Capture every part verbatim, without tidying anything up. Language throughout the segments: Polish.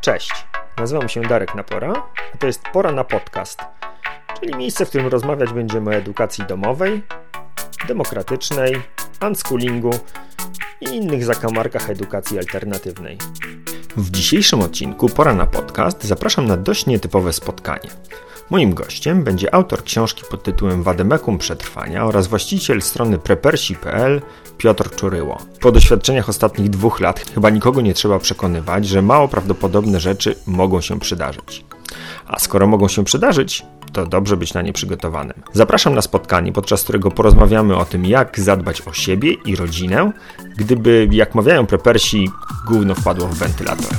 Cześć, nazywam się Darek Napora, a to jest Pora na Podcast, czyli miejsce, w którym rozmawiać będziemy o edukacji domowej, demokratycznej, unschoolingu i innych zakamarkach edukacji alternatywnej. W dzisiejszym odcinku Pora na Podcast zapraszam na dość nietypowe spotkanie. Moim gościem będzie autor książki pod tytułem Wademekum Przetrwania oraz właściciel strony prepersi kropka p l Piotr Czuryło. Po doświadczeniach ostatnich dwóch lat chyba nikogo nie trzeba przekonywać, że mało prawdopodobne rzeczy mogą się przydarzyć. A skoro mogą się przydarzyć, to dobrze być na nie przygotowanym. Zapraszam na spotkanie, podczas którego porozmawiamy o tym, jak zadbać o siebie i rodzinę, gdyby, jak mawiają prepersi, gówno wpadło w wentylator.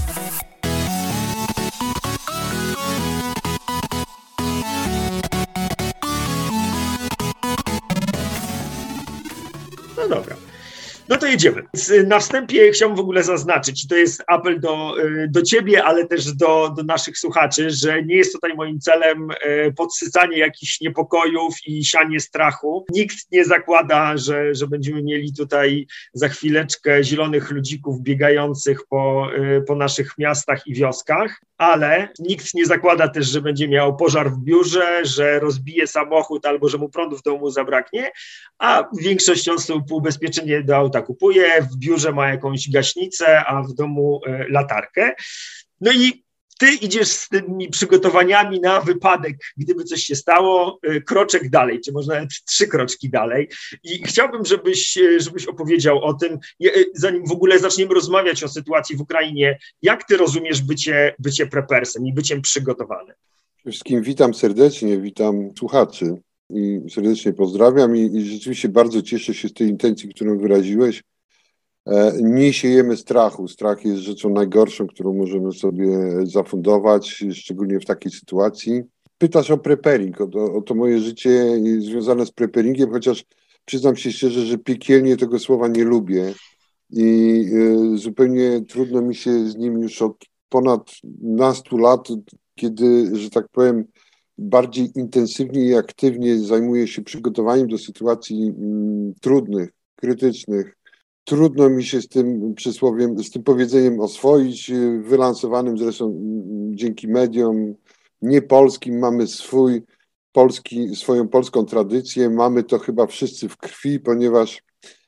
No dobra, no to jedziemy. Na wstępie chciałbym w ogóle zaznaczyć, i to jest apel do, do ciebie, ale też do, do naszych słuchaczy, że nie jest tutaj moim celem podsycanie jakichś niepokojów i sianie strachu. Nikt nie zakłada, że, że będziemy mieli tutaj za chwileczkę zielonych ludzików biegających po, po naszych miastach i wioskach, ale nikt nie zakłada też, że będzie miał pożar w biurze, że rozbije samochód albo że mu prądu w domu zabraknie, a większość osób ubezpieczenie do auta kupuje, w biurze ma jakąś gaśnicę, a w domu latarkę. No i ty idziesz z tymi przygotowaniami na wypadek, gdyby coś się stało, kroczek dalej, czy może nawet trzy kroczki dalej. I chciałbym, żebyś, żebyś opowiedział o tym, zanim w ogóle zaczniemy rozmawiać o sytuacji w Ukrainie, jak ty rozumiesz bycie, bycie prepersem i byciem przygotowanym? Wszystkim witam serdecznie, witam słuchaczy i serdecznie pozdrawiam i, i rzeczywiście bardzo cieszę się z tej intencji, którą wyraziłeś. Nie siejemy strachu. Strach jest rzeczą najgorszą, którą możemy sobie zafundować, szczególnie w takiej sytuacji. Pytasz o preparing, o to, o to moje życie związane z preparingiem, chociaż przyznam się szczerze, że piekielnie tego słowa nie lubię i zupełnie trudno mi się z nim już od ponad nastu lat, kiedy, że tak powiem, bardziej intensywnie i aktywnie zajmuję się przygotowaniem do sytuacji mm, trudnych, krytycznych. Trudno mi się z tym przysłowiem, z tym powiedzeniem oswoić, wylansowanym zresztą dzięki mediom niepolskim. Mamy swój polski, swoją polską tradycję, mamy to chyba wszyscy w krwi, ponieważ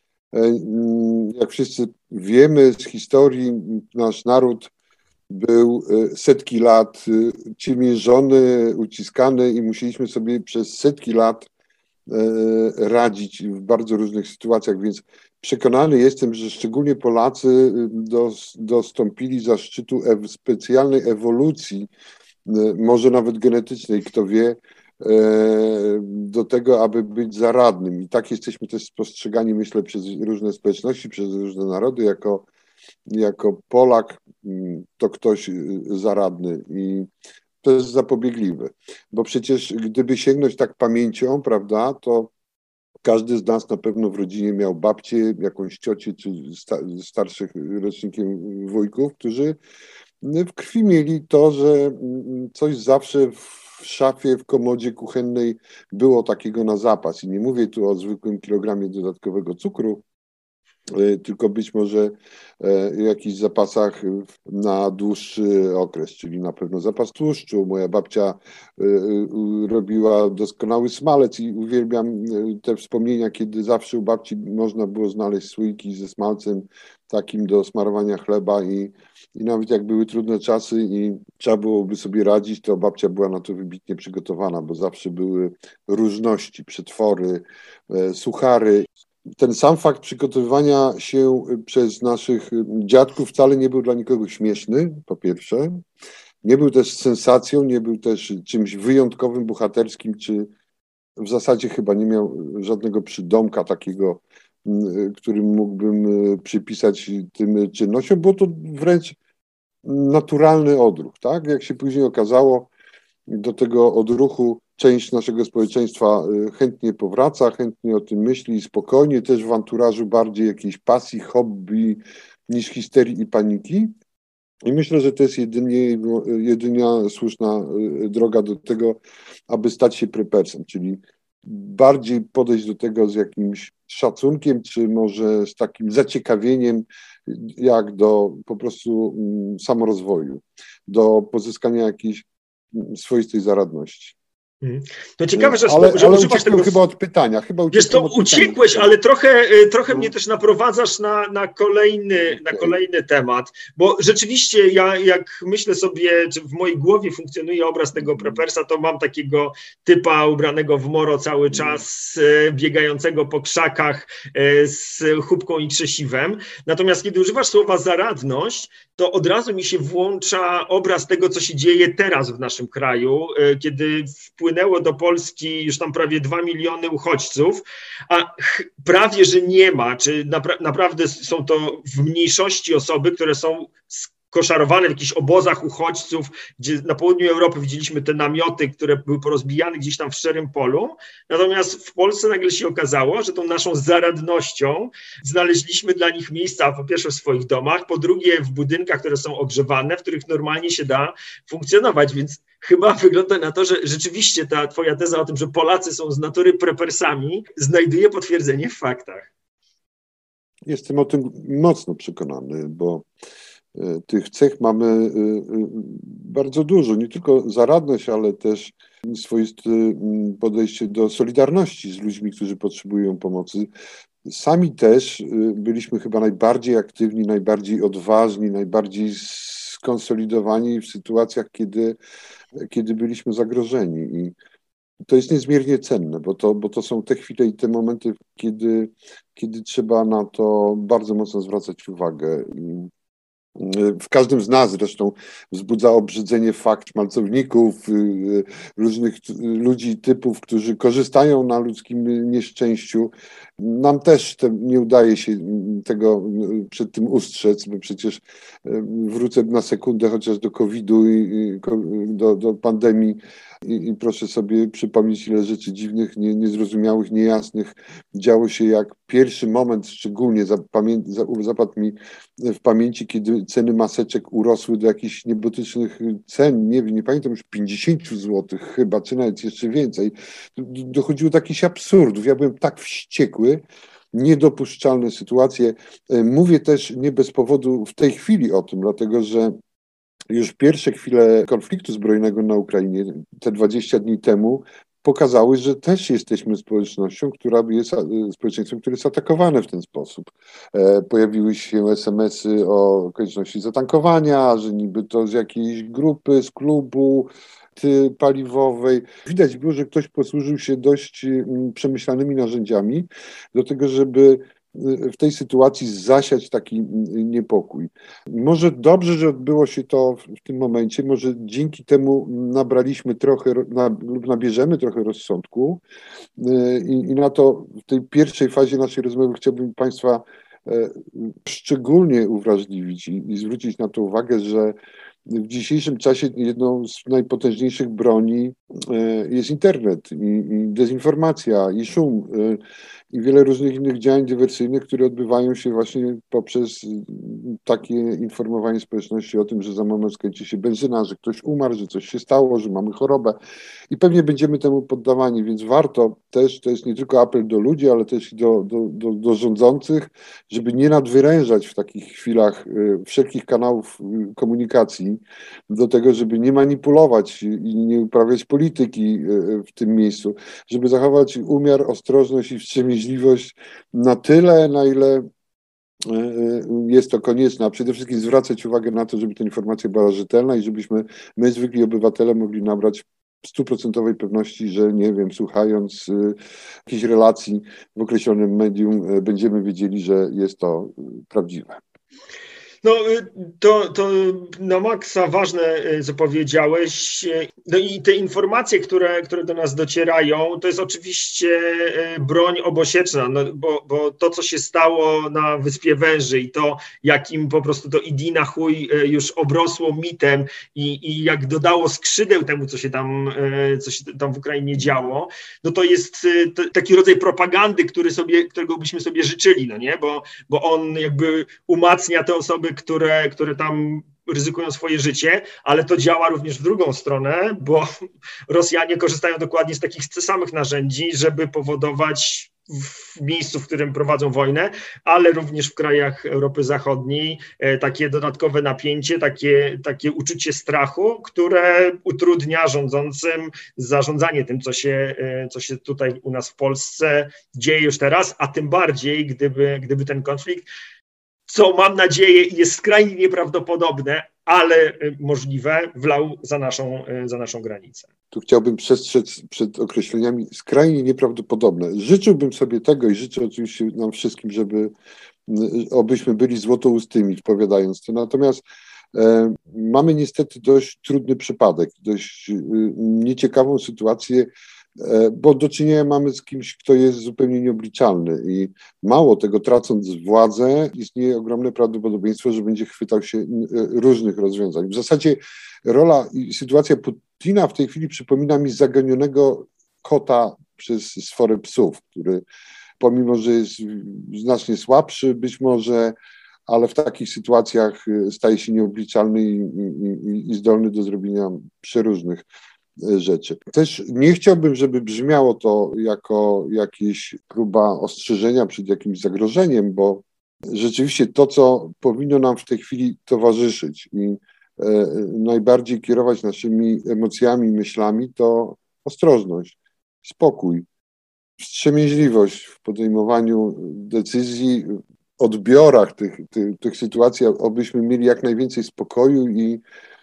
jak wszyscy wiemy z historii, nasz naród był setki lat ciemiężony, uciskany i musieliśmy sobie przez setki lat radzić w bardzo różnych sytuacjach, więc przekonany jestem, że szczególnie Polacy dos, dostąpili zaszczytu ew, specjalnej ewolucji, może nawet genetycznej, kto wie, do tego, aby być zaradnym. I tak jesteśmy też spostrzegani, myślę, przez różne społeczności, przez różne narody, jako, jako Polak to ktoś zaradny i to jest zapobiegliwe, bo przecież gdyby sięgnąć tak pamięcią, prawda, to każdy z nas na pewno w rodzinie miał babcię, jakąś ciocię czy starszych rocznikiem wujków, którzy w krwi mieli to, że coś zawsze w szafie, w komodzie kuchennej było takiego na zapas. I nie mówię tu o zwykłym kilogramie dodatkowego cukru, tylko być może w jakichś zapasach na dłuższy okres, czyli na pewno zapas tłuszczu. Moja babcia robiła doskonały smalec i uwielbiam te wspomnienia, kiedy zawsze u babci można było znaleźć słoiki ze smalcem takim do smarowania chleba i, i nawet jak były trudne czasy i trzeba byłoby sobie radzić, to babcia była na to wybitnie przygotowana, bo zawsze były różności, przetwory, suchary. Ten sam fakt przygotowywania się przez naszych dziadków wcale nie był dla nikogo śmieszny, po pierwsze. Nie był też sensacją, nie był też czymś wyjątkowym, bohaterskim, czy w zasadzie chyba nie miał żadnego przydomka takiego, którym mógłbym przypisać tym czynnościom, bo to wręcz naturalny odruch, tak? Jak się później okazało, do tego odruchu część naszego społeczeństwa chętnie powraca, chętnie o tym myśli, spokojnie, też w anturażu bardziej jakiejś pasji, hobby niż histerii i paniki. I myślę, że to jest jedynie, jedyna słuszna droga do tego, aby stać się prepersem, czyli bardziej podejść do tego z jakimś szacunkiem, czy może z takim zaciekawieniem, jak do po prostu samorozwoju, do pozyskania jakiejś swoistej zaradności. To ciekawe, że, ale, że ale używasz tego... chyba od pytania. Chyba Wiesz, to uciekłeś, ale trochę, trochę no. mnie też naprowadzasz na, na, kolejny, na kolejny temat, bo rzeczywiście ja jak myślę sobie, czy w mojej głowie funkcjonuje obraz tego prepersa, to mam takiego typa ubranego w moro cały czas, biegającego po krzakach z chubką i krzesiwem. Natomiast kiedy używasz słowa zaradność, to od razu mi się włącza obraz tego, co się dzieje teraz w naszym kraju, kiedy wpłynęło do Polski już tam prawie dwa miliony uchodźców, a prawie, że nie ma, czy napra- naprawdę są to w mniejszości osoby, które są koszarowane w jakichś obozach uchodźców, gdzie na południu Europy widzieliśmy te namioty, które były porozbijane gdzieś tam w szczerym polu. Natomiast w Polsce nagle się okazało, że tą naszą zaradnością znaleźliśmy dla nich miejsca po pierwsze w swoich domach, po drugie w budynkach, które są ogrzewane, w których normalnie się da funkcjonować, więc chyba wygląda na to, że rzeczywiście ta twoja teza o tym, że Polacy są z natury prepersami, znajduje potwierdzenie w faktach. Jestem o tym mocno przekonany, bo tych cech mamy bardzo dużo, nie tylko zaradność, ale też swoiste podejście do solidarności z ludźmi, którzy potrzebują pomocy. Sami też byliśmy chyba najbardziej aktywni, najbardziej odważni, najbardziej skonsolidowani w sytuacjach, kiedy, kiedy byliśmy zagrożeni. I to jest niezmiernie cenne, bo to, bo to są te chwile i te momenty, kiedy, kiedy trzeba na to bardzo mocno zwracać uwagę. I w każdym z nas zresztą wzbudza obrzydzenie fakt malcowników, różnych ludzi, typów, którzy korzystają na ludzkim nieszczęściu. Nam też te, nie udaje się tego przed tym ustrzec, bo przecież wrócę na sekundę chociaż do kowida i do, do pandemii i, i proszę sobie przypomnieć, ile rzeczy dziwnych, nie, niezrozumiałych, niejasnych działo się, jak pierwszy moment szczególnie zapamię- zapadł mi w pamięci, kiedy ceny maseczek urosły do jakichś niebotycznych cen, nie wiem, nie pamiętam, już pięćdziesiąt złotych chyba, czy nawet jeszcze więcej. Dochodziło do jakichś absurdów. Ja byłem tak wściekły, niedopuszczalne sytuacje. Mówię też nie bez powodu w tej chwili o tym, dlatego że już pierwsze chwile konfliktu zbrojnego na Ukrainie, te dwadzieścia dni temu, pokazały, że też jesteśmy społecznością, która jest społeczeństwem, które jest atakowane w ten sposób. E, pojawiły się es em esy o konieczności zatankowania, że niby to z jakiejś grupy, z klubu paliwowej. Widać było, że ktoś posłużył się dość przemyślanymi narzędziami do tego, żeby w tej sytuacji zasiać taki niepokój. Może dobrze, że odbyło się to w tym momencie, może dzięki temu nabraliśmy trochę na, lub nabierzemy trochę rozsądku i, i na to w tej pierwszej fazie naszej rozmowy chciałbym Państwa szczególnie uwrażliwić i, i zwrócić na to uwagę, że w dzisiejszym czasie jedną z najpotężniejszych broni jest internet i, i dezinformacja i szum i wiele różnych innych działań dywersyjnych, które odbywają się właśnie poprzez takie informowanie społeczności o tym, że za moment skończy się benzyna, że ktoś umarł, że coś się stało, że mamy chorobę i pewnie będziemy temu poddawani, więc warto też, to jest nie tylko apel do ludzi, ale też do, do, do, do rządzących, żeby nie nadwyrężać w takich chwilach wszelkich kanałów komunikacji do tego, żeby nie manipulować i nie uprawiać polityki w tym miejscu, żeby zachować umiar, ostrożność i wstrzemięźliwość na tyle, na ile jest to konieczne, a przede wszystkim zwracać uwagę na to, żeby ta informacja była rzetelna i żebyśmy my, zwykli obywatele, mogli nabrać stuprocentowej pewności, że nie wiem, słuchając jakiejś relacji w określonym medium, będziemy wiedzieli, że jest to prawdziwe. No to, to na maksa ważne, co powiedziałeś. No i te informacje, które, które do nas docierają, to jest oczywiście broń obosieczna, no bo, bo to, co się stało na Wyspie Węży i to, jakim po prostu to idi na chuj już obrosło mitem i, i jak dodało skrzydeł temu, co się tam, co się tam w Ukrainie działo, no to jest to, taki rodzaj propagandy, który sobie, którego byśmy sobie życzyli, no nie? Bo, bo on jakby umacnia te osoby, osoby, które, które tam ryzykują swoje życie, ale to działa również w drugą stronę, bo Rosjanie korzystają dokładnie z takich samych narzędzi, żeby powodować w miejscu, w którym prowadzą wojnę, ale również w krajach Europy Zachodniej takie dodatkowe napięcie, takie, takie uczucie strachu, które utrudnia rządzącym zarządzanie tym, co się, co się tutaj u nas w Polsce dzieje już teraz, a tym bardziej, gdyby, gdyby ten konflikt, co mam nadzieję jest skrajnie nieprawdopodobne, ale możliwe, wlał za naszą, za naszą granicę. Tu chciałbym przestrzec przed określeniami skrajnie nieprawdopodobne. Życzyłbym sobie tego i życzę oczywiście nam wszystkim, żeby obyśmy byli złotoustymi, odpowiadając to. Natomiast e, mamy niestety dość trudny przypadek, dość e, nieciekawą sytuację, e, bo do czynienia mamy z kimś, kto jest zupełnie nieobliczalny i mało tego, tracąc władzę, istnieje ogromne prawdopodobieństwo, że będzie chwytał się różnych rozwiązań. W zasadzie rola i sytuacja Putina w tej chwili przypomina mi zagonionego kota przez sforę psów, który pomimo, że jest znacznie słabszy być może, ale w takich sytuacjach staje się nieobliczalny i, i, i zdolny do zrobienia przeróżnych rzeczy. Też nie chciałbym, żeby brzmiało to jako jakaś próba ostrzeżenia przed jakimś zagrożeniem, bo rzeczywiście to, co powinno nam w tej chwili towarzyszyć i e, najbardziej kierować naszymi emocjami, myślami, to ostrożność, spokój, wstrzemięźliwość w podejmowaniu decyzji, odbiorach tych, tych, tych sytuacji, abyśmy mieli jak najwięcej spokoju i,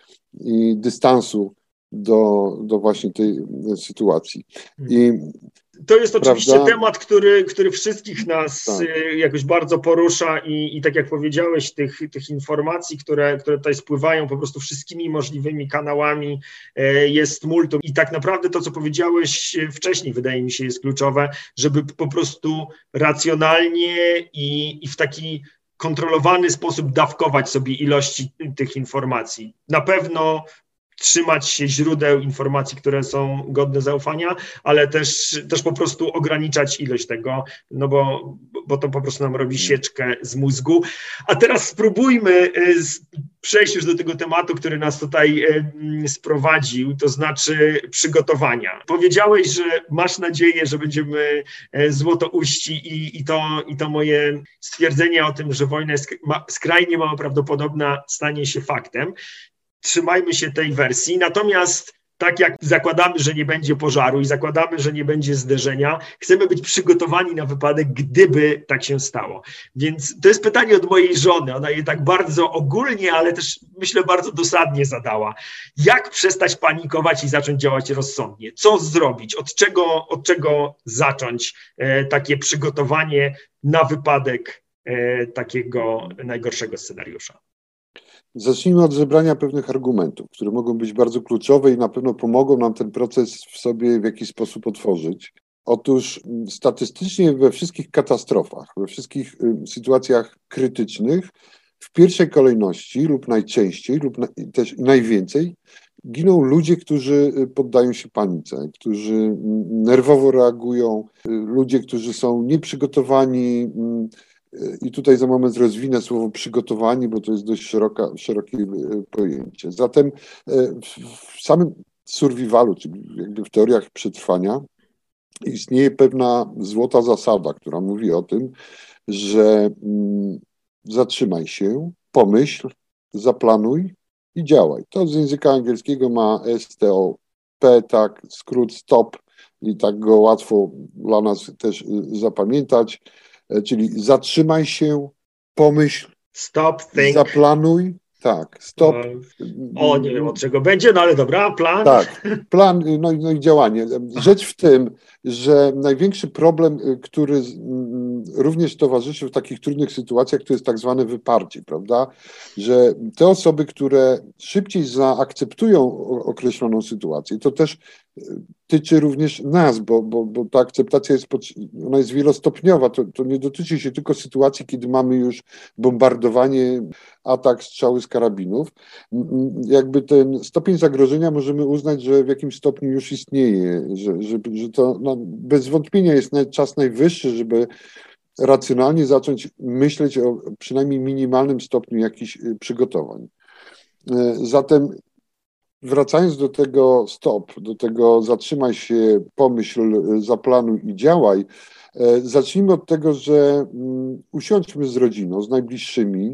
i dystansu do, do właśnie tej sytuacji. I to jest oczywiście prawda? temat, który, który wszystkich nas Tak. jakoś bardzo porusza i, i tak jak powiedziałeś, tych, tych informacji, które, które tutaj spływają po prostu wszystkimi możliwymi kanałami jest multum i tak naprawdę to, co powiedziałeś wcześniej, wydaje mi się, jest kluczowe, żeby po prostu racjonalnie i, i w taki kontrolowany sposób dawkować sobie ilości tych informacji. Na pewno trzymać się źródeł informacji, które są godne zaufania, ale też, też po prostu ograniczać ilość tego, no bo, bo to po prostu nam robi sieczkę z mózgu. A teraz spróbujmy przejść już do tego tematu, który nas tutaj sprowadził, to znaczy przygotowania. Powiedziałeś, że masz nadzieję, że będziemy złotouści i, i, to, i to moje stwierdzenie o tym, że wojna jest skrajnie mało prawdopodobna, stanie się faktem. Trzymajmy się tej wersji, natomiast tak jak zakładamy, że nie będzie pożaru i zakładamy, że nie będzie zderzenia, chcemy być przygotowani na wypadek, gdyby tak się stało. Więc to jest pytanie od mojej żony, ona je tak bardzo ogólnie, ale też myślę bardzo dosadnie zadała. Jak przestać panikować i zacząć działać rozsądnie? Co zrobić? Od czego, od czego zacząć e, takie przygotowanie na wypadek e, takiego najgorszego scenariusza? Zacznijmy od zebrania pewnych argumentów, które mogą być bardzo kluczowe i na pewno pomogą nam ten proces w sobie w jakiś sposób otworzyć. Otóż statystycznie we wszystkich katastrofach, we wszystkich sytuacjach krytycznych w pierwszej kolejności lub najczęściej lub na, też najwięcej giną ludzie, którzy poddają się panice, którzy nerwowo reagują, ludzie, którzy są nieprzygotowani. I tutaj za moment rozwinę słowo przygotowani, bo to jest dość szeroka, szerokie pojęcie. Zatem w samym survivalu, czyli jakby w teoriach przetrwania, istnieje pewna złota zasada, która mówi o tym, że zatrzymaj się, pomyśl, zaplanuj i działaj. To z języka angielskiego ma S T O P, tak, skrót stop i tak go łatwo dla nas też zapamiętać. Czyli zatrzymaj się, pomyśl, stop, think. Zaplanuj, tak, stop. O, nie wiem od czego będzie, no ale dobra, plan. Tak, plan, no, no i działanie. Rzecz w tym, że największy problem, który również towarzyszy w takich trudnych sytuacjach, to jest tak zwane wyparcie, prawda? Że te osoby, które szybciej zaakceptują określoną sytuację, to też tyczy również nas, bo, bo, bo ta akceptacja jest, ona jest wielostopniowa, to, to nie dotyczy się tylko sytuacji, kiedy mamy już bombardowanie, atak, strzały z karabinów. Jakby ten stopień zagrożenia możemy uznać, że w jakimś stopniu już istnieje, że, że, że to no, bez wątpienia jest czas najwyższy, żeby racjonalnie zacząć myśleć o przynajmniej minimalnym stopniu jakichś przygotowań. Zatem wracając do tego stop, do tego zatrzymaj się, pomyśl, zaplanuj i działaj, zacznijmy od tego, że usiądźmy z rodziną, z najbliższymi,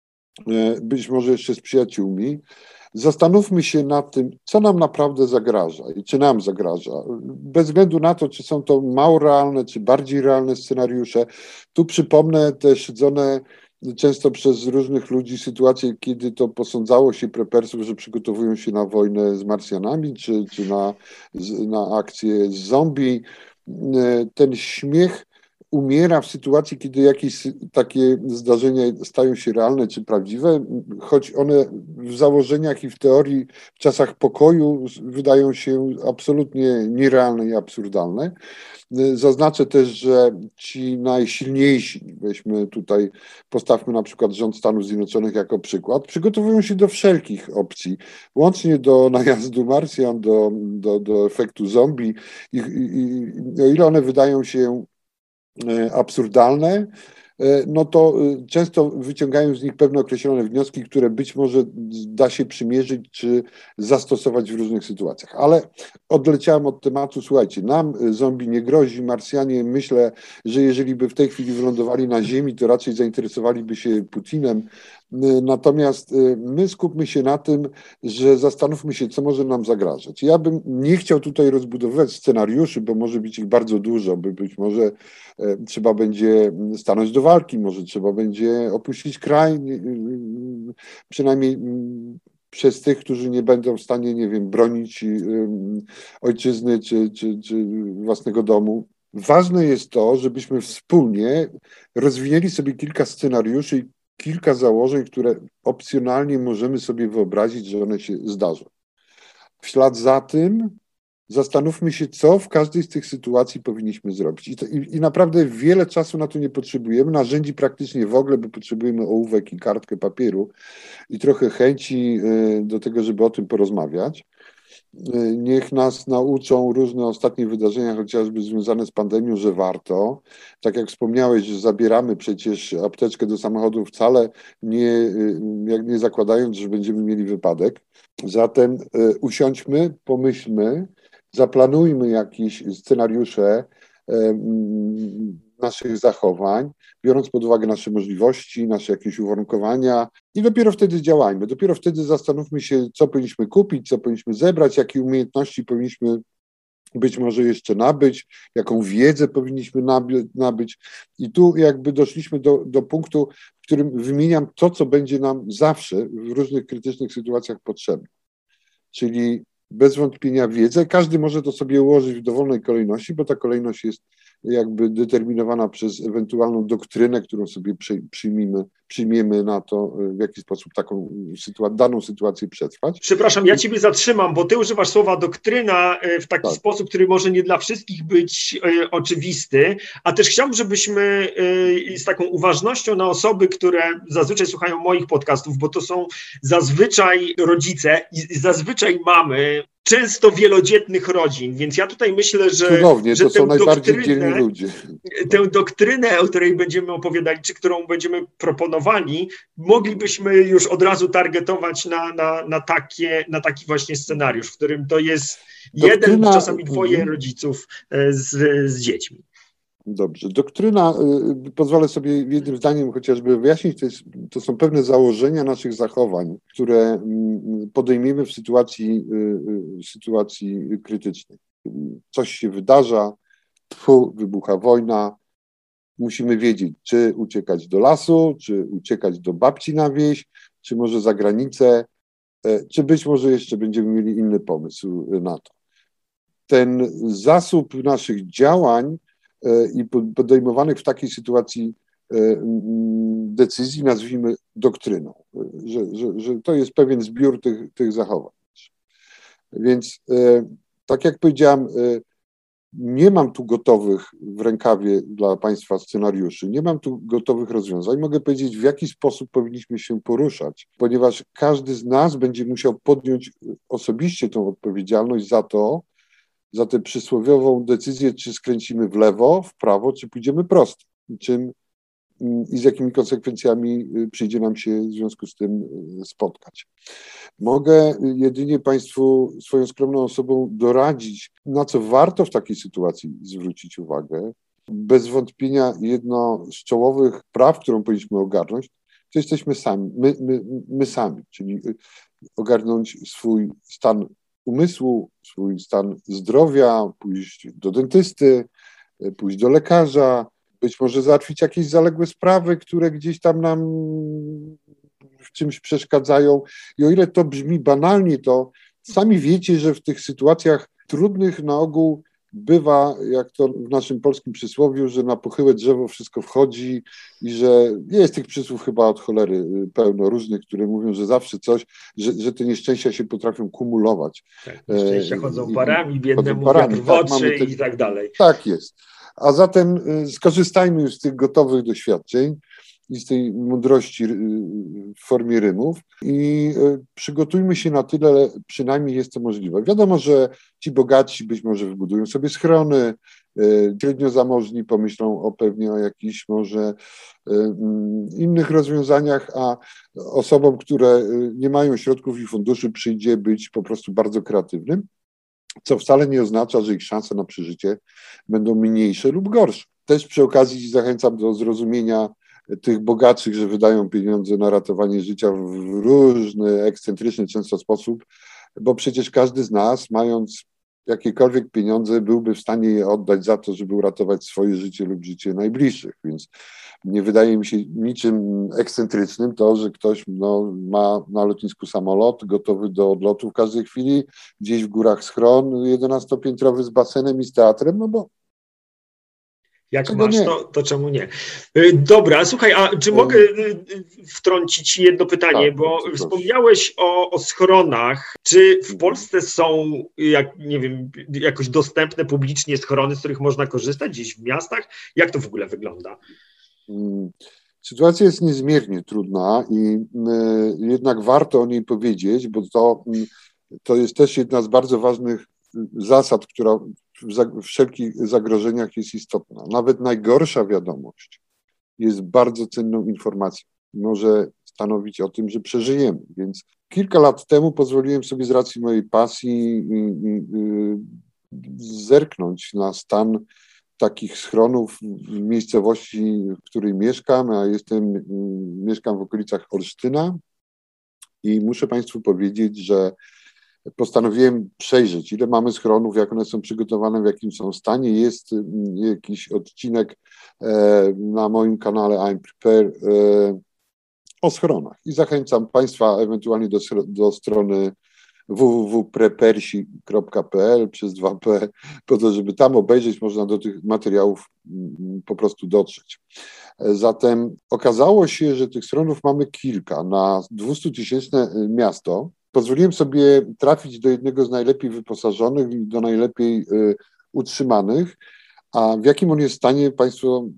być może jeszcze z przyjaciółmi, zastanówmy się nad tym, co nam naprawdę zagraża i czy nam zagraża. Bez względu na to, czy są to mało realne, czy bardziej realne scenariusze. Tu przypomnę te szydzone często przez różnych ludzi sytuacje, kiedy to posądzało się prepersów, że przygotowują się na wojnę z Marsjanami, czy, czy na, na akcję z zombie. Ten śmiech umiera w sytuacji, kiedy jakieś takie zdarzenia stają się realne czy prawdziwe, choć one w założeniach i w teorii w czasach pokoju wydają się absolutnie nierealne i absurdalne. Zaznaczę też, że ci najsilniejsi, weźmy tutaj, postawmy na przykład rząd Stanów Zjednoczonych jako przykład, przygotowują się do wszelkich opcji, łącznie do najazdu Marsjan, do, do, do efektu zombie. I, i, i, o ile one wydają się absurdalne, no to często wyciągają z nich pewne określone wnioski, które być może da się przymierzyć czy zastosować w różnych sytuacjach. Ale odleciałem od tematu, słuchajcie, nam zombie nie grozi, Marsjanie, myślę, że jeżeli by w tej chwili wylądowali na Ziemi, to raczej zainteresowaliby się Putinem. Natomiast my skupmy się na tym, że zastanówmy się, co może nam zagrażać. Ja bym nie chciał tutaj rozbudowywać scenariuszy, bo może być ich bardzo dużo, by być może trzeba będzie stanąć do walki, może trzeba będzie opuścić kraj, przynajmniej przez tych, którzy nie będą w stanie, nie wiem, bronić ojczyzny czy, czy, czy własnego domu. Ważne jest to, żebyśmy wspólnie rozwinęli sobie kilka scenariuszy i kilka założeń, które opcjonalnie możemy sobie wyobrazić, że one się zdarzą. W ślad za tym zastanówmy się, co w każdej z tych sytuacji powinniśmy zrobić. I, to, i, i naprawdę wiele czasu na to nie potrzebujemy, narzędzi praktycznie w ogóle, bo potrzebujemy ołówek i kartkę papieru i trochę chęci do tego, żeby o tym porozmawiać. Niech nas nauczą różne ostatnie wydarzenia, chociażby związane z pandemią, że warto. Tak jak wspomniałeś, że zabieramy przecież apteczkę do samochodu wcale nie, jak nie zakładając, że będziemy mieli wypadek. Zatem usiądźmy, pomyślmy, zaplanujmy jakieś scenariusze naszych zachowań, biorąc pod uwagę nasze możliwości, nasze jakieś uwarunkowania i dopiero wtedy działajmy. Dopiero wtedy zastanówmy się, co powinniśmy kupić, co powinniśmy zebrać, jakie umiejętności powinniśmy być może jeszcze nabyć, jaką wiedzę powinniśmy nabyć. I tu jakby doszliśmy do, do punktu, w którym wymieniam to, co będzie nam zawsze w różnych krytycznych sytuacjach potrzebne. Czyli bez wątpienia wiedzę. Każdy może to sobie ułożyć w dowolnej kolejności, bo ta kolejność jest jakby determinowana przez ewentualną doktrynę, którą sobie przyjmiemy, przyjmiemy na to, w jaki sposób taką sytua- daną sytuację przetrwać. Przepraszam, ja Ciebie zatrzymam, bo Ty używasz słowa doktryna w taki tak. sposób, który może nie dla wszystkich być y, oczywisty, a też chciałbym, żebyśmy y, z taką uważnością na osoby, które zazwyczaj słuchają moich podcastów, bo to są zazwyczaj rodzice i zazwyczaj mamy często wielodzietnych rodzin, więc ja tutaj myślę, że, Cudownie, że to są najbardziej doktrynę, dzielni ludzie. Tę doktrynę, o której będziemy opowiadali, czy którą będziemy proponowali, moglibyśmy już od razu targetować na, na, na, takie, na taki właśnie scenariusz, w którym to jest Doktryna, jeden, czasami dwoje rodziców z, z dziećmi. Dobrze. Doktryna, y, pozwolę sobie jednym zdaniem chociażby wyjaśnić, to, jest, to są pewne założenia naszych zachowań, które y, podejmiemy w sytuacji, y, y, sytuacji krytycznej. Coś się wydarza, tfu, wybucha wojna, musimy wiedzieć, czy uciekać do lasu, czy uciekać do babci na wieś, czy może za granicę, y, czy być może jeszcze będziemy mieli inny pomysł na to. Ten zasób naszych działań i podejmowanych w takiej sytuacji decyzji nazwijmy doktryną, że, że, że to jest pewien zbiór tych, tych zachowań. Więc tak jak powiedziałem, nie mam tu gotowych w rękawie dla Państwa scenariuszy, nie mam tu gotowych rozwiązań. Mogę powiedzieć, w jaki sposób powinniśmy się poruszać, ponieważ każdy z nas będzie musiał podjąć osobiście tą odpowiedzialność za to, za tę przysłowiową decyzję, czy skręcimy w lewo, w prawo, czy pójdziemy prosto. czym i z jakimi konsekwencjami przyjdzie nam się w związku z tym spotkać. Mogę jedynie Państwu swoją skromną osobą doradzić, na co warto w takiej sytuacji zwrócić uwagę. Bez wątpienia jedno z czołowych praw, którą powinniśmy ogarnąć, to jesteśmy sami, my, my, my sami, czyli ogarnąć swój stan umysłu, swój stan zdrowia, pójść do dentysty, pójść do lekarza, być może załatwić jakieś zaległe sprawy, które gdzieś tam nam w czymś przeszkadzają. I o ile to brzmi banalnie, to sami wiecie, że w tych sytuacjach trudnych na ogół bywa, jak to w naszym polskim przysłowiu, że na pochyłe drzewo wszystko wchodzi i że jest tych przysłów chyba od cholery pełno różnych, które mówią, że zawsze coś, że, że te nieszczęścia się potrafią kumulować. Tak, nieszczęścia chodzą parami, biednemu parami, wiatr w oczy tak, mamy te, i tak dalej. Tak jest. A zatem skorzystajmy już z tych gotowych doświadczeń i z tej mądrości w formie rymów i przygotujmy się na tyle, przynajmniej jest to możliwe. Wiadomo, że ci bogaci być może wybudują sobie schrony, średnio zamożni pomyślą o pewnie o jakichś może innych rozwiązaniach, a osobom, które nie mają środków i funduszy, przyjdzie być po prostu bardzo kreatywnym, co wcale nie oznacza, że ich szanse na przeżycie będą mniejsze lub gorsze. Też przy okazji zachęcam do zrozumienia tych bogatszych, że wydają pieniądze na ratowanie życia w różny, ekscentryczny często sposób, bo przecież każdy z nas, mając jakiekolwiek pieniądze, byłby w stanie je oddać za to, żeby uratować swoje życie lub życie najbliższych, więc nie wydaje mi się niczym ekscentrycznym to, że ktoś no, ma na lotnisku samolot gotowy do odlotu w każdej chwili, gdzieś w górach schron jedenastopiętrowy z basenem i z teatrem, no bo jak masz, to, to czemu nie? Dobra, słuchaj, a czy mogę wtrącić jedno pytanie, tak, bo proszę. Wspomniałeś o, o schronach. Czy w Polsce są, jak nie wiem, jakoś dostępne publicznie schrony, z których można korzystać gdzieś w miastach? Jak to w ogóle wygląda? Sytuacja jest niezmiernie trudna i jednak warto o niej powiedzieć, bo to, to jest też jedna z bardzo ważnych zasad, która w wszelkich zagrożeniach jest istotna. Nawet najgorsza wiadomość jest bardzo cenną informacją. Może stanowić o tym, że przeżyjemy. Więc kilka lat temu pozwoliłem sobie z racji mojej pasji zerknąć na stan takich schronów w miejscowości, w której mieszkam, a jestem, mieszkam w okolicach Olsztyna i muszę Państwu powiedzieć, że postanowiłem przejrzeć, ile mamy schronów, jak one są przygotowane, w jakim są stanie. Jest jakiś odcinek na moim kanale I'm Prepare o schronach i zachęcam Państwa ewentualnie do, do strony w w w kropka prepersi kropka p l przez dwa p, po to, żeby tam obejrzeć, można do tych materiałów po prostu dotrzeć. Zatem okazało się, że tych schronów mamy kilka na dwustutysięczne miasto. Pozwoliłem sobie trafić do jednego z najlepiej wyposażonych i do najlepiej y, utrzymanych, a w jakim on jest stanie, Państwo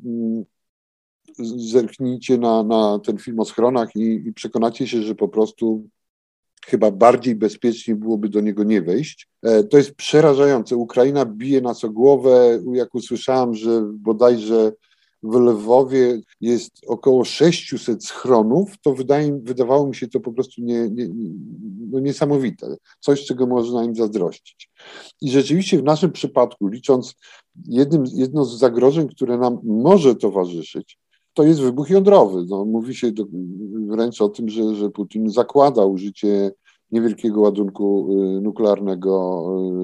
y, zerknijcie na, na ten film o schronach i, i przekonacie się, że po prostu chyba bardziej bezpiecznie byłoby do niego nie wejść. E, to jest przerażające. Ukraina bije nas o głowę. Jak usłyszałem, że bodajże w Lwowie jest około sześćset schronów, to wydaje, wydawało mi się to po prostu nie, nie, no niesamowite. Coś, czego można im zazdrościć. I rzeczywiście w naszym przypadku, licząc jednym, jedno z zagrożeń, które nam może towarzyszyć, to jest wybuch jądrowy. No, mówi się do, wręcz o tym, że, że Putin zakłada użycie niewielkiego ładunku nuklearnego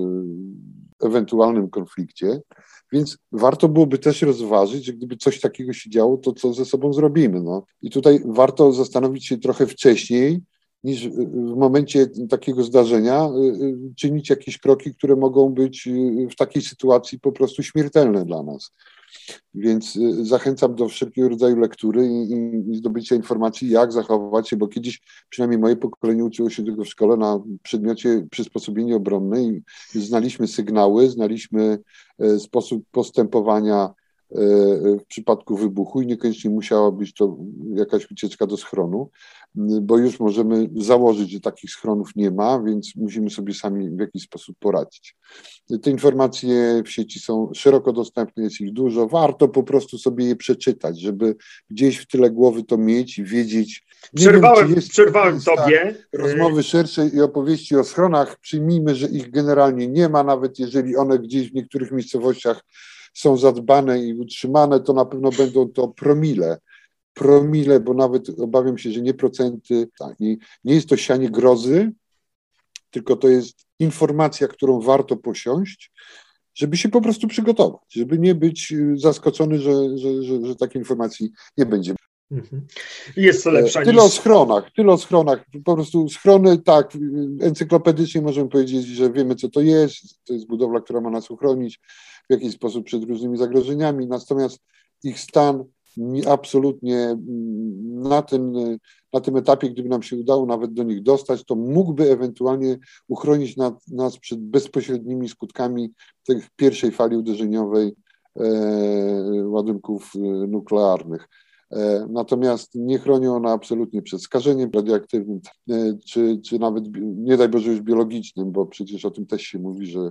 w ewentualnym konflikcie. Więc warto byłoby też rozważyć, że gdyby coś takiego się działo, to co ze sobą zrobimy. No. I tutaj warto zastanowić się trochę wcześniej, niż w momencie takiego zdarzenia czynić jakieś kroki, które mogą być w takiej sytuacji po prostu śmiertelne dla nas. Więc zachęcam do wszelkiego rodzaju lektury i, i zdobycia informacji, jak zachować się, bo kiedyś przynajmniej moje pokolenie uczyło się tego w szkole na przedmiocie przysposobienie obronne i znaliśmy sygnały, znaliśmy sposób postępowania w przypadku wybuchu i niekoniecznie musiała być to jakaś ucieczka do schronu, bo już możemy założyć, że takich schronów nie ma, więc musimy sobie sami w jakiś sposób poradzić. Te informacje w sieci są szeroko dostępne, jest ich dużo, warto po prostu sobie je przeczytać, żeby gdzieś w tyle głowy to mieć i wiedzieć. Przerwałem, wiem, jest, przerwałem jest tobie. Tak, rozmowy szersze i opowieści o schronach, przyjmijmy, że ich generalnie nie ma, nawet jeżeli one gdzieś w niektórych miejscowościach są zadbane i utrzymane, to na pewno będą to promile. Promile, bo nawet obawiam się, że nie procenty. Tak, i nie jest to sianie grozy, tylko to jest informacja, którą warto posiąść, żeby się po prostu przygotować, żeby nie być zaskoczony, że, że, że, że takiej informacji nie będzie. Mhm. Jest to lepsza Tyle niż... o schronach, tyle o schronach. Po prostu schrony, tak, encyklopedycznie możemy powiedzieć, że wiemy, co to jest. To jest budowla, która ma nas uchronić w jakiś sposób przed różnymi zagrożeniami, natomiast ich stan absolutnie na tym, na tym etapie, gdyby nam się udało nawet do nich dostać, to mógłby ewentualnie uchronić nas, nas przed bezpośrednimi skutkami tej pierwszej fali uderzeniowej e, ładunków nuklearnych. E, natomiast nie chroni ona absolutnie przed skażeniem radioaktywnym, e, czy, czy nawet, nie daj Boże, już biologicznym, bo przecież o tym też się mówi, że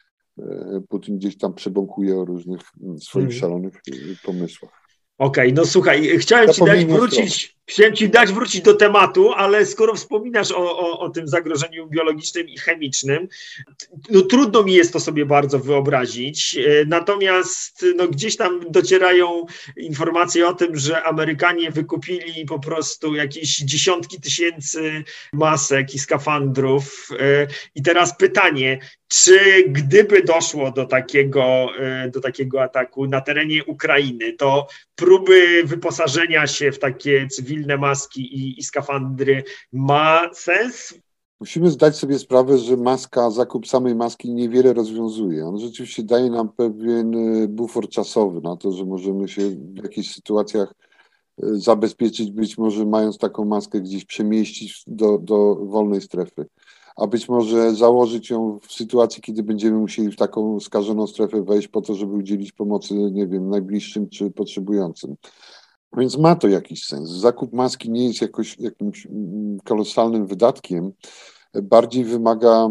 Putin gdzieś tam przebąkuje o różnych swoich mm. szalonych pomysłach. Okej, okay, no słuchaj, chciałem ci dać wrócić, chciałem ci dać wrócić do tematu, ale skoro wspominasz o, o, o tym zagrożeniu biologicznym i chemicznym, no trudno mi jest to sobie bardzo wyobrazić, natomiast no gdzieś tam docierają informacje o tym, że Amerykanie wykupili po prostu jakieś dziesiątki tysięcy masek i skafandrów i teraz pytanie, czy gdyby doszło do takiego, do takiego ataku na terenie Ukrainy, to próby wyposażenia się w takie cywilne maski i, i skafandry ma sens? Musimy zdać sobie sprawę, że maska, zakup samej maski niewiele rozwiązuje. On rzeczywiście daje nam pewien bufor czasowy na to, że możemy się w jakichś sytuacjach zabezpieczyć, być może mając taką maskę gdzieś przemieścić do, do wolnej strefy. A być może założyć ją w sytuacji, kiedy będziemy musieli w taką skażoną strefę wejść po to, żeby udzielić pomocy, nie wiem, najbliższym czy potrzebującym. Więc ma to jakiś sens. Zakup maski nie jest jakoś jakimś kolosalnym wydatkiem, bardziej wymaga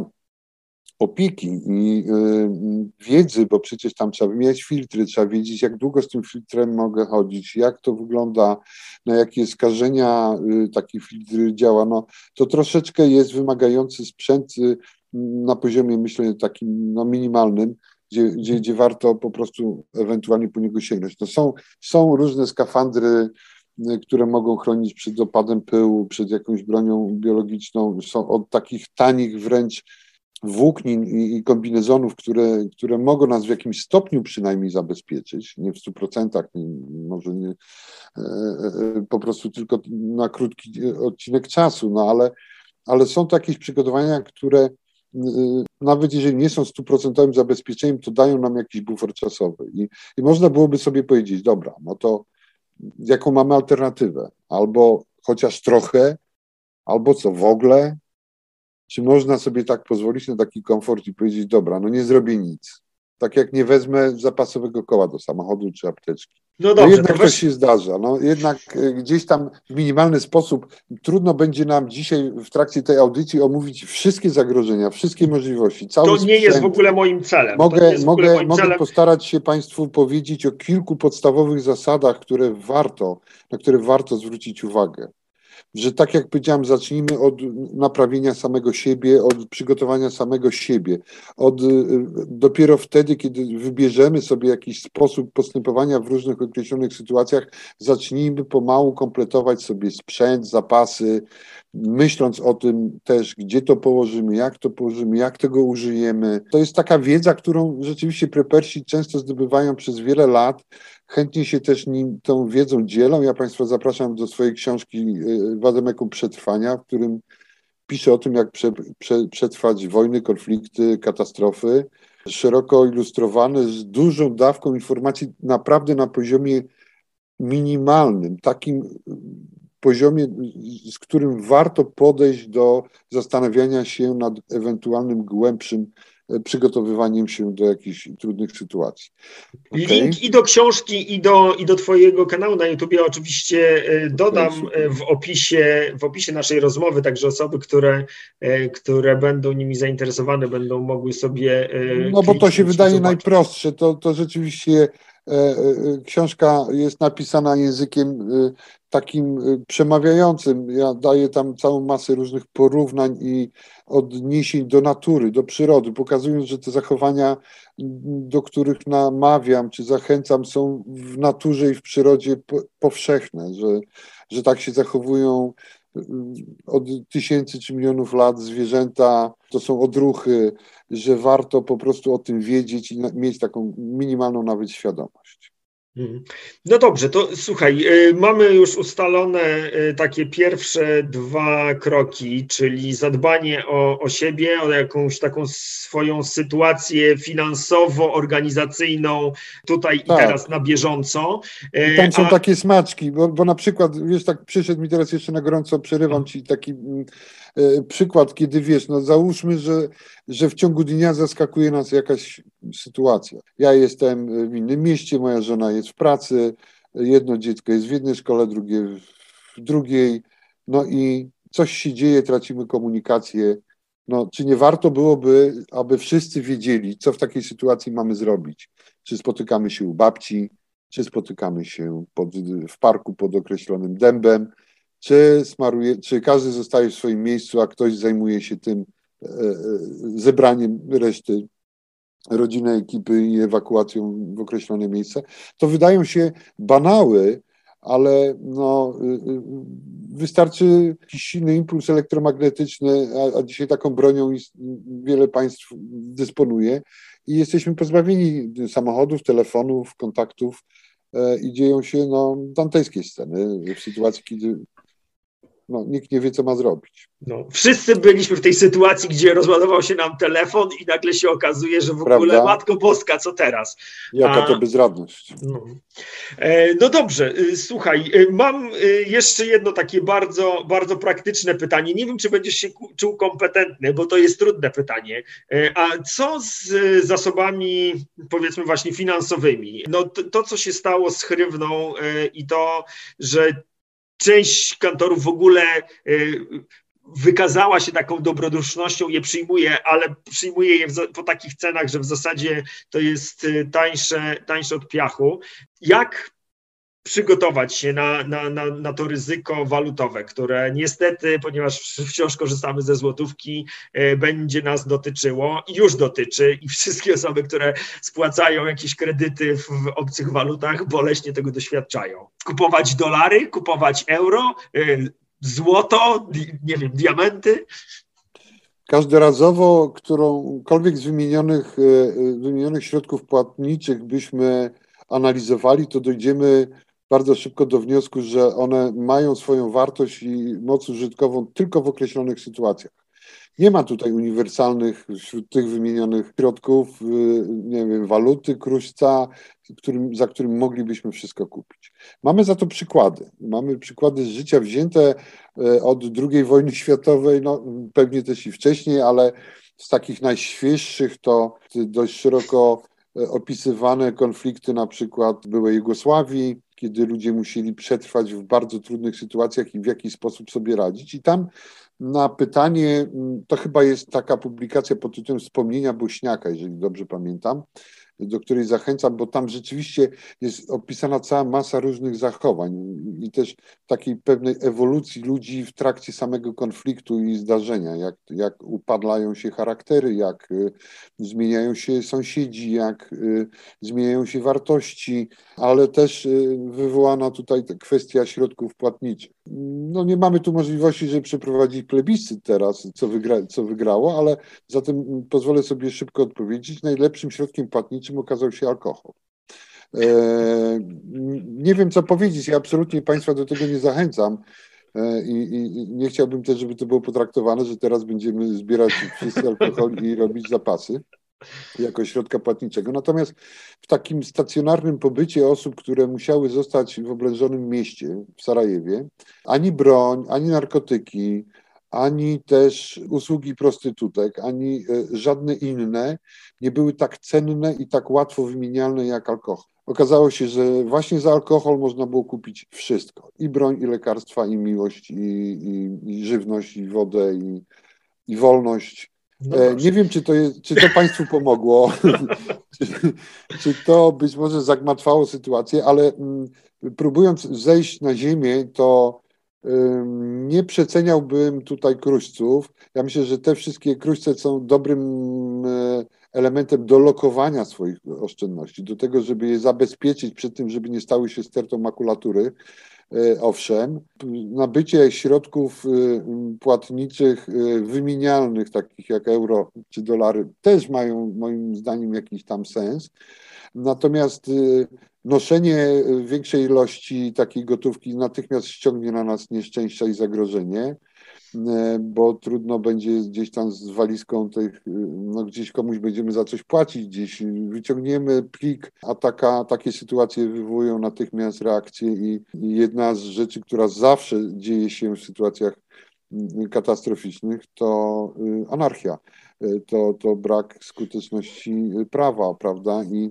opieki i wiedzy, bo przecież tam trzeba wymieniać filtry, trzeba wiedzieć, jak długo z tym filtrem mogę chodzić, jak to wygląda, na jakie skażenia taki filtr działa. No, to troszeczkę jest wymagający sprzęt na poziomie, myślę, takim no, minimalnym, gdzie, gdzie, gdzie warto po prostu ewentualnie po niego sięgnąć. No, są, są różne skafandry, które mogą chronić przed opadem pyłu, przed jakąś bronią biologiczną. Są od takich tanich wręcz włóknin i kombinezonów, które, które mogą nas w jakimś stopniu przynajmniej zabezpieczyć, nie w stu procentach, może nie, po prostu tylko na krótki odcinek czasu, no ale, ale są to jakieś przygotowania, które nawet jeżeli nie są stuprocentowym zabezpieczeniem, to dają nam jakiś bufor czasowy i, i można byłoby sobie powiedzieć, dobra, no to jaką mamy alternatywę? Albo chociaż trochę, albo co w ogóle? Czy można sobie tak pozwolić na taki komfort i powiedzieć, dobra, no nie zrobię nic. Tak jak nie wezmę zapasowego koła do samochodu czy apteczki. No, dobrze, no jednak to, to się zdarza. No jednak gdzieś tam w minimalny sposób trudno będzie nam dzisiaj w trakcie tej audycji omówić wszystkie zagrożenia, wszystkie możliwości. Cały to nie sprzęt. jest w ogóle moim celem. Mogę, mogę, moim mogę celem. postarać się Państwu powiedzieć o kilku podstawowych zasadach, które warto, na które warto zwrócić uwagę. Że tak jak powiedziałem, zacznijmy od naprawienia samego siebie, od przygotowania samego siebie. Od, dopiero wtedy, kiedy wybierzemy sobie jakiś sposób postępowania w różnych określonych sytuacjach, zacznijmy pomału kompletować sobie sprzęt, zapasy, myśląc o tym też, gdzie to położymy, jak to położymy, jak tego użyjemy. To jest taka wiedza, którą rzeczywiście prepersi często zdobywają przez wiele lat. Chętnie się też nim, tą wiedzą dzielą. Ja Państwa zapraszam do swojej książki Wademeku Przetrwania, w którym piszę o tym, jak prze, prze, przetrwać wojny, konflikty, katastrofy. Szeroko ilustrowane, z dużą dawką informacji, naprawdę na poziomie minimalnym, takim poziomie, z którym warto podejść do zastanawiania się nad ewentualnym głębszym przygotowywaniem się do jakichś trudnych sytuacji. Okay? Link i do książki, i do, i do twojego kanału na YouTubie oczywiście dodam okay, w opisie, w opisie naszej rozmowy, także osoby, które, które będą nimi zainteresowane, będą mogły sobie No bo to się wydaje najprostsze, to, to rzeczywiście książka jest napisana językiem takim przemawiającym. Ja daję tam całą masę różnych porównań i odniesień do natury, do przyrody, pokazując, że te zachowania, do których namawiam czy zachęcam, są w naturze i w przyrodzie powszechne, że, że tak się zachowują od tysięcy czy milionów lat zwierzęta, to są odruchy, że warto po prostu o tym wiedzieć i mieć taką minimalną nawet świadomość. No dobrze, to słuchaj, mamy już ustalone takie pierwsze dwa kroki, czyli zadbanie o, o siebie, o jakąś taką swoją sytuację finansowo-organizacyjną tutaj tak. i teraz na bieżąco. I tam są A... takie smaczki, bo, bo na przykład, wiesz, tak przyszedł mi teraz jeszcze na gorąco, przerywam ci taki e, przykład, kiedy wiesz, no załóżmy, że, że w ciągu dnia zaskakuje nas jakaś sytuacja. Ja jestem w innym mieście, moja żona jest w pracy, jedno dziecko jest w jednej szkole, drugie w drugiej, no i coś się dzieje, tracimy komunikację. No, czy nie warto byłoby, aby wszyscy wiedzieli, co w takiej sytuacji mamy zrobić? Czy spotykamy się u babci, czy spotykamy się pod, w parku pod określonym dębem, czy, smaruje, czy każdy zostaje w swoim miejscu, a ktoś zajmuje się tym e, zebraniem reszty rodziny, ekipy i ewakuacją w określone miejsce. To wydają się banały, ale no, wystarczy jakiś silny impuls elektromagnetyczny, a, a dzisiaj taką bronią wiele państw dysponuje i jesteśmy pozbawieni samochodów, telefonów, kontaktów e, i dzieją się no, dantejskie sceny w sytuacji, kiedy no, nikt nie wie, co ma zrobić. No, wszyscy byliśmy w tej sytuacji, gdzie rozładował się nam telefon i nagle się okazuje, że w Prawda? ogóle Matko Boska, co teraz? Jaka to bezradność. No. no dobrze, słuchaj, mam jeszcze jedno takie bardzo, bardzo praktyczne pytanie. Nie wiem, czy będziesz się czuł kompetentny, bo to jest trudne pytanie. A co z zasobami, powiedzmy właśnie finansowymi? No to, to co się stało z Chrywną i to, że część kantorów w ogóle wykazała się taką dobrodusznością, je przyjmuje, ale przyjmuje je po takich cenach, że w zasadzie to jest tańsze, tańsze od piachu. Jak przygotować się na, na, na, na to ryzyko walutowe, które niestety, ponieważ wciąż korzystamy ze złotówki, będzie nas dotyczyło i już dotyczy i wszystkie osoby, które spłacają jakieś kredyty w obcych walutach, boleśnie tego doświadczają. Kupować dolary, kupować euro, złoto, nie wiem, diamenty. Każdorazowo którąkolwiek z wymienionych, wymienionych środków płatniczych byśmy analizowali, to dojdziemy bardzo szybko do wniosku, że one mają swoją wartość i moc użytkową tylko w określonych sytuacjach. Nie ma tutaj uniwersalnych wśród tych wymienionych środków, nie wiem, waluty, kruszca, którym, za którym moglibyśmy wszystko kupić. Mamy za to przykłady. Mamy przykłady z życia wzięte od drugiej wojny światowej, no pewnie też i wcześniej, ale z takich najświeższych to dość szeroko opisywane konflikty na przykład byłej Jugosławii, kiedy ludzie musieli przetrwać w bardzo trudnych sytuacjach i w jaki sposób sobie radzić. I tam na pytanie, to chyba jest taka publikacja pod tytułem Wspomnienia Bośniaka, jeżeli dobrze pamiętam, do której zachęcam, bo tam rzeczywiście jest opisana cała masa różnych zachowań i też takiej pewnej ewolucji ludzi w trakcie samego konfliktu i zdarzenia, jak, jak upadlają się charaktery, jak y, zmieniają się sąsiedzi, jak y, zmieniają się wartości, ale też y, wywołana tutaj kwestia środków płatniczych. No nie mamy tu możliwości, żeby przeprowadzić plebiscyt teraz, co, wygra, co wygrało, ale zatem pozwolę sobie szybko odpowiedzieć. Najlepszym środkiem płatniczym okazał się alkohol. E, nie wiem, co powiedzieć. Ja absolutnie Państwa do tego nie zachęcam e, i, i nie chciałbym też, żeby to było potraktowane, że teraz będziemy zbierać wszyscy alkohol i robić zapasy jako środka płatniczego. Natomiast w takim stacjonarnym pobycie osób, które musiały zostać w oblężonym mieście, w Sarajewie, ani broń, ani narkotyki, ani też usługi prostytutek, ani żadne inne nie były tak cenne i tak łatwo wymienialne jak alkohol. Okazało się, że właśnie za alkohol można było kupić wszystko. I broń, i lekarstwa, i miłość, i, i, i żywność, i wodę, i, i wolność. No e, nie wiem, czy to, jest, czy to Państwu pomogło, czy, czy to być może zagmatwało sytuację, ale m, próbując zejść na ziemię, to m, nie przeceniałbym tutaj kruszców. Ja myślę, że te wszystkie kruszce są dobrym e, elementem do lokowania swoich oszczędności, do tego, żeby je zabezpieczyć przed tym, żeby nie stały się stertą makulatury. Owszem, nabycie środków płatniczych wymienialnych, takich jak euro czy dolary, też mają moim zdaniem jakiś tam sens. Natomiast noszenie większej ilości takiej gotówki natychmiast ściągnie na nas nieszczęścia i zagrożenie, bo trudno będzie gdzieś tam z walizką tych, no gdzieś komuś będziemy za coś płacić, gdzieś wyciągniemy plik, a taka, takie sytuacje wywołują natychmiast reakcję i, i jedna z rzeczy, która zawsze dzieje się w sytuacjach katastroficznych, to anarchia, to, to brak skuteczności prawa, prawda, i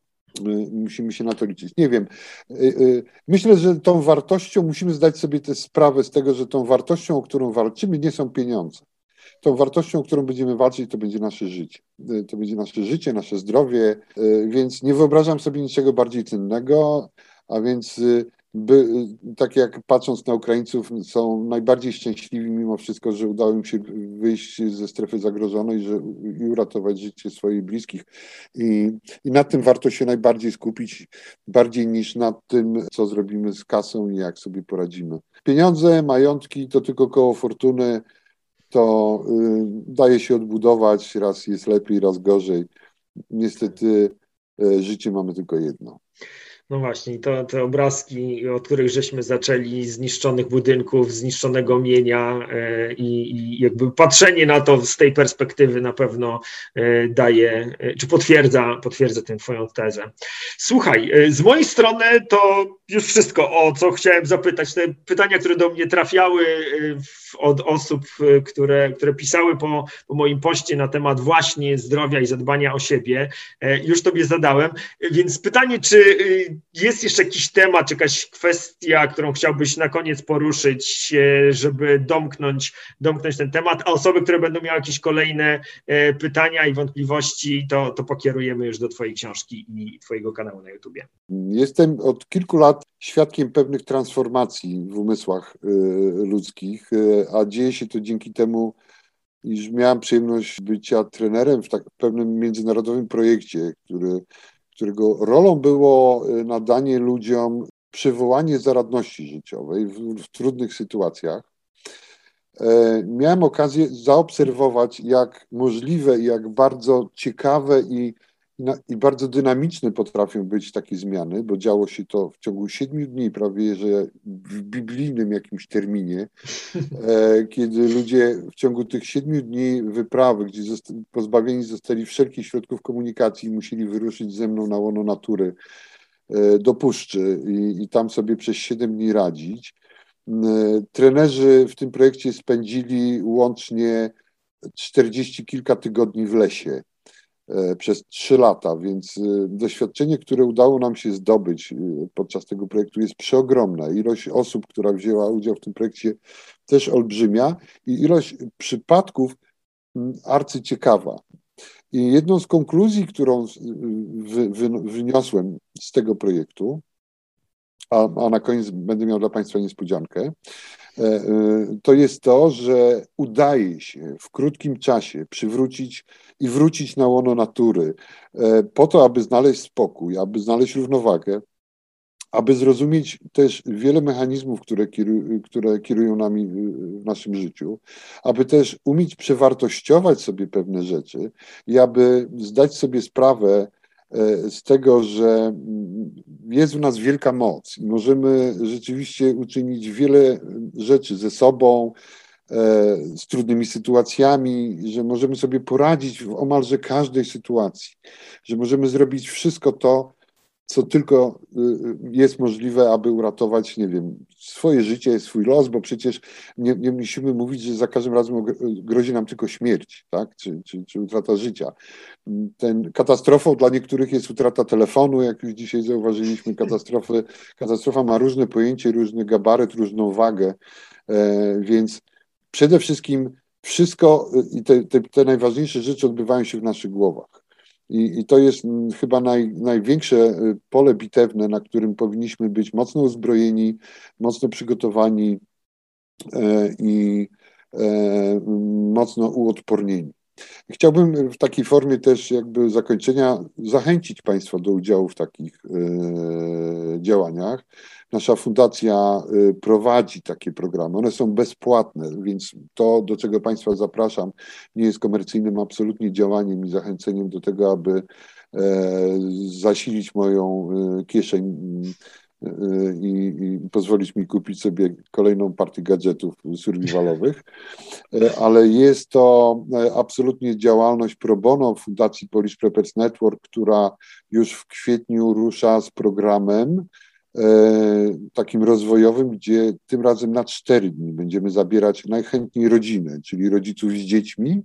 musimy się na to liczyć. Nie wiem. Myślę, że tą wartością musimy zdać sobie tę sprawę z tego, że tą wartością, o którą walczymy, nie są pieniądze. Tą wartością, o którą będziemy walczyć, to będzie nasze życie. To będzie nasze życie, nasze zdrowie, więc nie wyobrażam sobie niczego bardziej cennego, a więc by, tak jak patrząc na Ukraińców, są najbardziej szczęśliwi mimo wszystko, że udało im się wyjść ze strefy zagrożonej że, i uratować życie swoich bliskich. I, I nad tym warto się najbardziej skupić, bardziej niż nad tym, co zrobimy z kasą i jak sobie poradzimy. Pieniądze, majątki to tylko koło fortuny, to y, daje się odbudować, raz jest lepiej, raz gorzej. Niestety y, życie mamy tylko jedno. No właśnie, to te obrazki, od których żeśmy zaczęli, zniszczonych budynków, zniszczonego mienia e, i, i jakby patrzenie na to z tej perspektywy na pewno e, daje, e, czy potwierdza, potwierdza tę twoją tezę. Słuchaj, e, z mojej strony to już wszystko, o co chciałem zapytać. Te pytania, które do mnie trafiały e, w, od osób, e, które, które pisały po, po moim poście na temat właśnie zdrowia i zadbania o siebie, e, już tobie zadałem, więc pytanie, czy e, jest jeszcze jakiś temat, czy jakaś kwestia, którą chciałbyś na koniec poruszyć, żeby domknąć, domknąć ten temat, a osoby, które będą miały jakieś kolejne pytania i wątpliwości, to, to pokierujemy już do twojej książki i twojego kanału na YouTubie. Jestem od kilku lat świadkiem pewnych transformacji w umysłach ludzkich, a dzieje się to dzięki temu, iż miałem przyjemność bycia trenerem w tak pewnym międzynarodowym projekcie, który którego rolą było nadanie ludziom przywołanie zaradności życiowej w, w trudnych sytuacjach. E, miałem okazję zaobserwować, jak możliwe i jak bardzo ciekawe i, i bardzo dynamiczne potrafią być takie zmiany, bo działo się to w ciągu siedmiu dni, prawie że w biblijnym jakimś terminie, e, kiedy ludzie w ciągu tych siedmiu dni wyprawy, gdzie zosta- pozbawieni zostali wszelkich środków komunikacji, musieli wyruszyć ze mną na łono natury e, do puszczy i, i tam sobie przez siedem dni radzić. E, trenerzy w tym projekcie spędzili łącznie czterdzieści kilka tygodni w lesie przez trzy lata, więc doświadczenie, które udało nam się zdobyć podczas tego projektu jest przeogromne. Ilość osób, która wzięła udział w tym projekcie też olbrzymia i ilość przypadków arcyciekawa. I jedną z konkluzji, którą wy, wy, wyniosłem z tego projektu, a, a na koniec będę miał dla Państwa niespodziankę, to jest to, że udaje się w krótkim czasie przywrócić i wrócić na łono natury po to, aby znaleźć spokój, aby znaleźć równowagę, aby zrozumieć też wiele mechanizmów, które, kieruj, które kierują nami w naszym życiu, aby też umieć przewartościować sobie pewne rzeczy i aby zdać sobie sprawę z tego, że jest w nas wielka moc i możemy rzeczywiście uczynić wiele rzeczy ze sobą, z trudnymi sytuacjami, że możemy sobie poradzić w omalże każdej sytuacji, że możemy zrobić wszystko to, co tylko jest możliwe, aby uratować, nie wiem, swoje życie, swój los, bo przecież nie, nie musimy mówić, że za każdym razem grozi nam tylko śmierć, tak? czy, czy, czy utrata życia. Ten katastrofą dla niektórych jest utrata telefonu, jak już dzisiaj zauważyliśmy. Katastrofy, katastrofa ma różne pojęcie, różny gabaryt, różną wagę, e, więc przede wszystkim wszystko i te, te, te najważniejsze rzeczy odbywają się w naszych głowach. I, i to jest chyba naj, największe pole bitewne, na którym powinniśmy być mocno uzbrojeni, mocno przygotowani e, i e, mocno uodpornieni. Chciałbym w takiej formie też jakby zakończenia zachęcić Państwa do udziału w takich e, działaniach. Nasza fundacja e, prowadzi takie programy, one są bezpłatne, więc to, do czego Państwa zapraszam, nie jest komercyjnym absolutnie działaniem i zachęceniem do tego, aby e, zasilić moją e, kieszeń I, i pozwolić mi kupić sobie kolejną partię gadżetów survivalowych, ale jest to absolutnie działalność pro bono Fundacji Polish Preppers Network, która już w kwietniu rusza z programem e, takim rozwojowym, gdzie tym razem na cztery dni będziemy zabierać najchętniej rodzinę, czyli rodziców z dziećmi,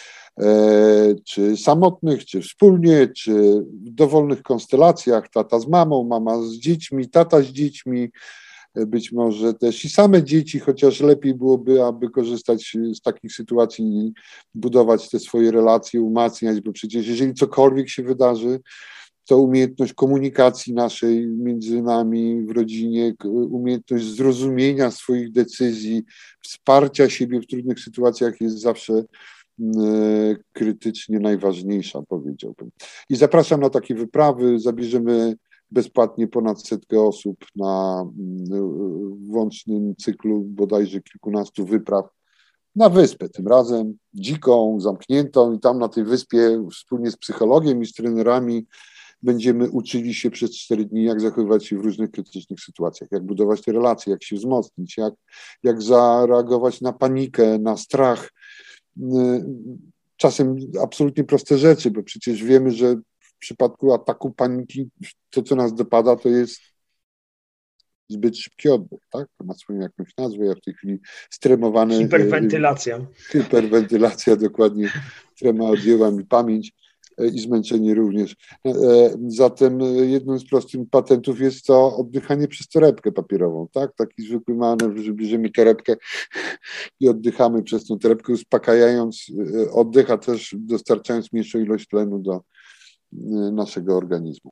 czy samotnych, czy wspólnie, czy w dowolnych konstelacjach, tata z mamą, mama z dziećmi, tata z dziećmi, być może też i same dzieci, chociaż lepiej byłoby, aby korzystać z takich sytuacji i budować te swoje relacje, umacniać, bo przecież jeżeli cokolwiek się wydarzy, to umiejętność komunikacji naszej między nami w rodzinie, umiejętność zrozumienia swoich decyzji, wsparcia siebie w trudnych sytuacjach jest zawsze krytycznie najważniejsza, powiedziałbym. I zapraszam na takie wyprawy, zabierzemy bezpłatnie ponad setkę osób na łącznym cyklu bodajże kilkunastu wypraw na wyspę, tym razem dziką, zamkniętą i tam na tej wyspie wspólnie z psychologiem i z trenerami będziemy uczyli się przez cztery dni, jak zachowywać się w różnych krytycznych sytuacjach, jak budować te relacje, jak się wzmocnić, jak, jak zareagować na panikę, na strach. Czasem absolutnie proste rzeczy, bo przecież wiemy, że w przypadku ataku paniki to, co nas dopada, to jest zbyt szybki oddech, tak? To ma swoją jakąś nazwę, ja w tej chwili stremowany... Hiperwentylacja. Hyperwentylacja, dokładnie. Trema odjęła mi pamięć i zmęczenie również. Zatem jednym z prostych patentów jest to oddychanie przez torebkę papierową, tak? Taki zwykły manewr, że bierzemy torebkę i oddychamy przez tą torebkę, uspokajając oddech, a też dostarczając mniejszą ilość tlenu do naszego organizmu.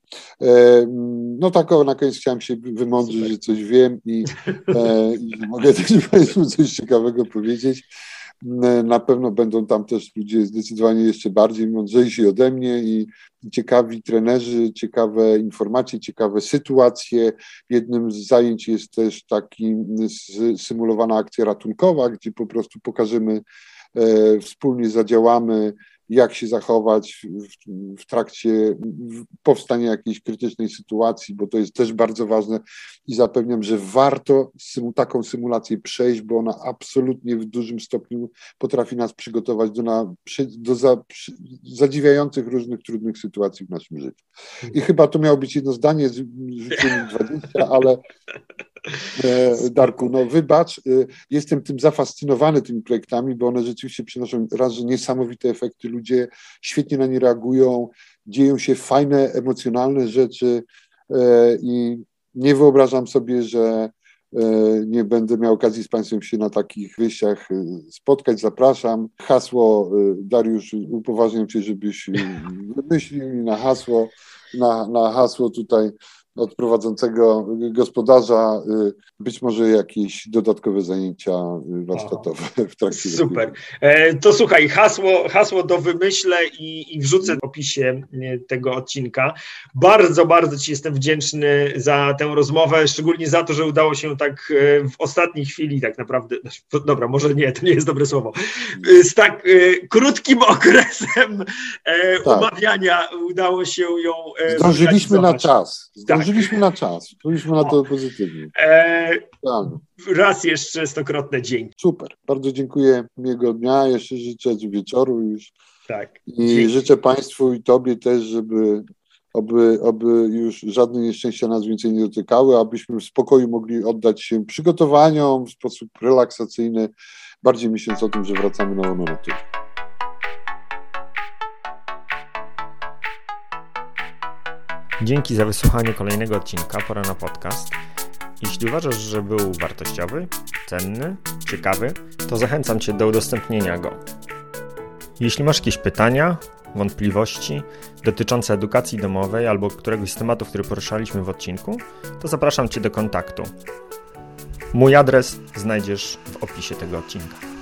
No tak, o, na koniec chciałem się wymądrzyć, Super. Że coś wiem i, i mogę też Państwu coś ciekawego powiedzieć. Na pewno będą tam też ludzie zdecydowanie jeszcze bardziej mądrzejsi ode mnie i ciekawi trenerzy, ciekawe informacje, ciekawe sytuacje. Jednym z zajęć jest też taki symulowana akcja ratunkowa, gdzie po prostu pokażemy, e, wspólnie zadziałamy, jak się zachować w, w trakcie powstania jakiejś krytycznej sytuacji, bo to jest też bardzo ważne i zapewniam, że warto symu, taką symulację przejść, bo ona absolutnie w dużym stopniu potrafi nas przygotować do, na, do za, zadziwiających różnych trudnych sytuacji w naszym życiu. I chyba to miało być jedno zdanie, rzuciłem dwadzieścia, ale e, Darku, no wybacz, e, jestem tym zafascynowany tymi projektami, bo one rzeczywiście przynoszą raz, że niesamowite efekty, ludzie świetnie na nie reagują, dzieją się fajne, emocjonalne rzeczy e, i nie wyobrażam sobie, że e, nie będę miał okazji z Państwem się na takich wyjściach spotkać. Zapraszam. Hasło, e, Dariusz, upoważniam Cię, żebyś wymyślił mi na hasło, na, na hasło tutaj od prowadzącego gospodarza, być może jakieś dodatkowe zajęcia warsztatowe w trakcie. Super. E, to słuchaj, hasło, hasło do wymyślę i, i wrzucę w opisie tego odcinka. Bardzo, bardzo Ci jestem wdzięczny za tę rozmowę, szczególnie za to, że udało się tak w ostatniej chwili tak naprawdę, dobra, może nie, to nie jest dobre słowo, z tak e, krótkim okresem e, tak. umawiania udało się ją e, Zdążyliśmy na czas. Zdążyliśmy tak. na czas. Spójrzmy na to pozytywnie. E, raz jeszcze stokrotne dzięki. Super. Bardzo dziękuję. Miłego dnia. Jeszcze życzę wieczoru już. Tak. I dzięki. Życzę Państwu i Tobie też, żeby oby, oby już żadne nieszczęścia nas więcej nie dotykały, abyśmy w spokoju mogli oddać się przygotowaniom w sposób relaksacyjny, bardziej myśląc o tym, że wracamy na emeryturę. Dzięki za wysłuchanie kolejnego odcinka Pora na podcast. Jeśli uważasz, że był wartościowy, cenny, ciekawy, to zachęcam Cię do udostępnienia go. Jeśli masz jakieś pytania, wątpliwości dotyczące edukacji domowej albo któregoś z tematów, który poruszaliśmy w odcinku, to zapraszam Cię do kontaktu. Mój adres znajdziesz w opisie tego odcinka.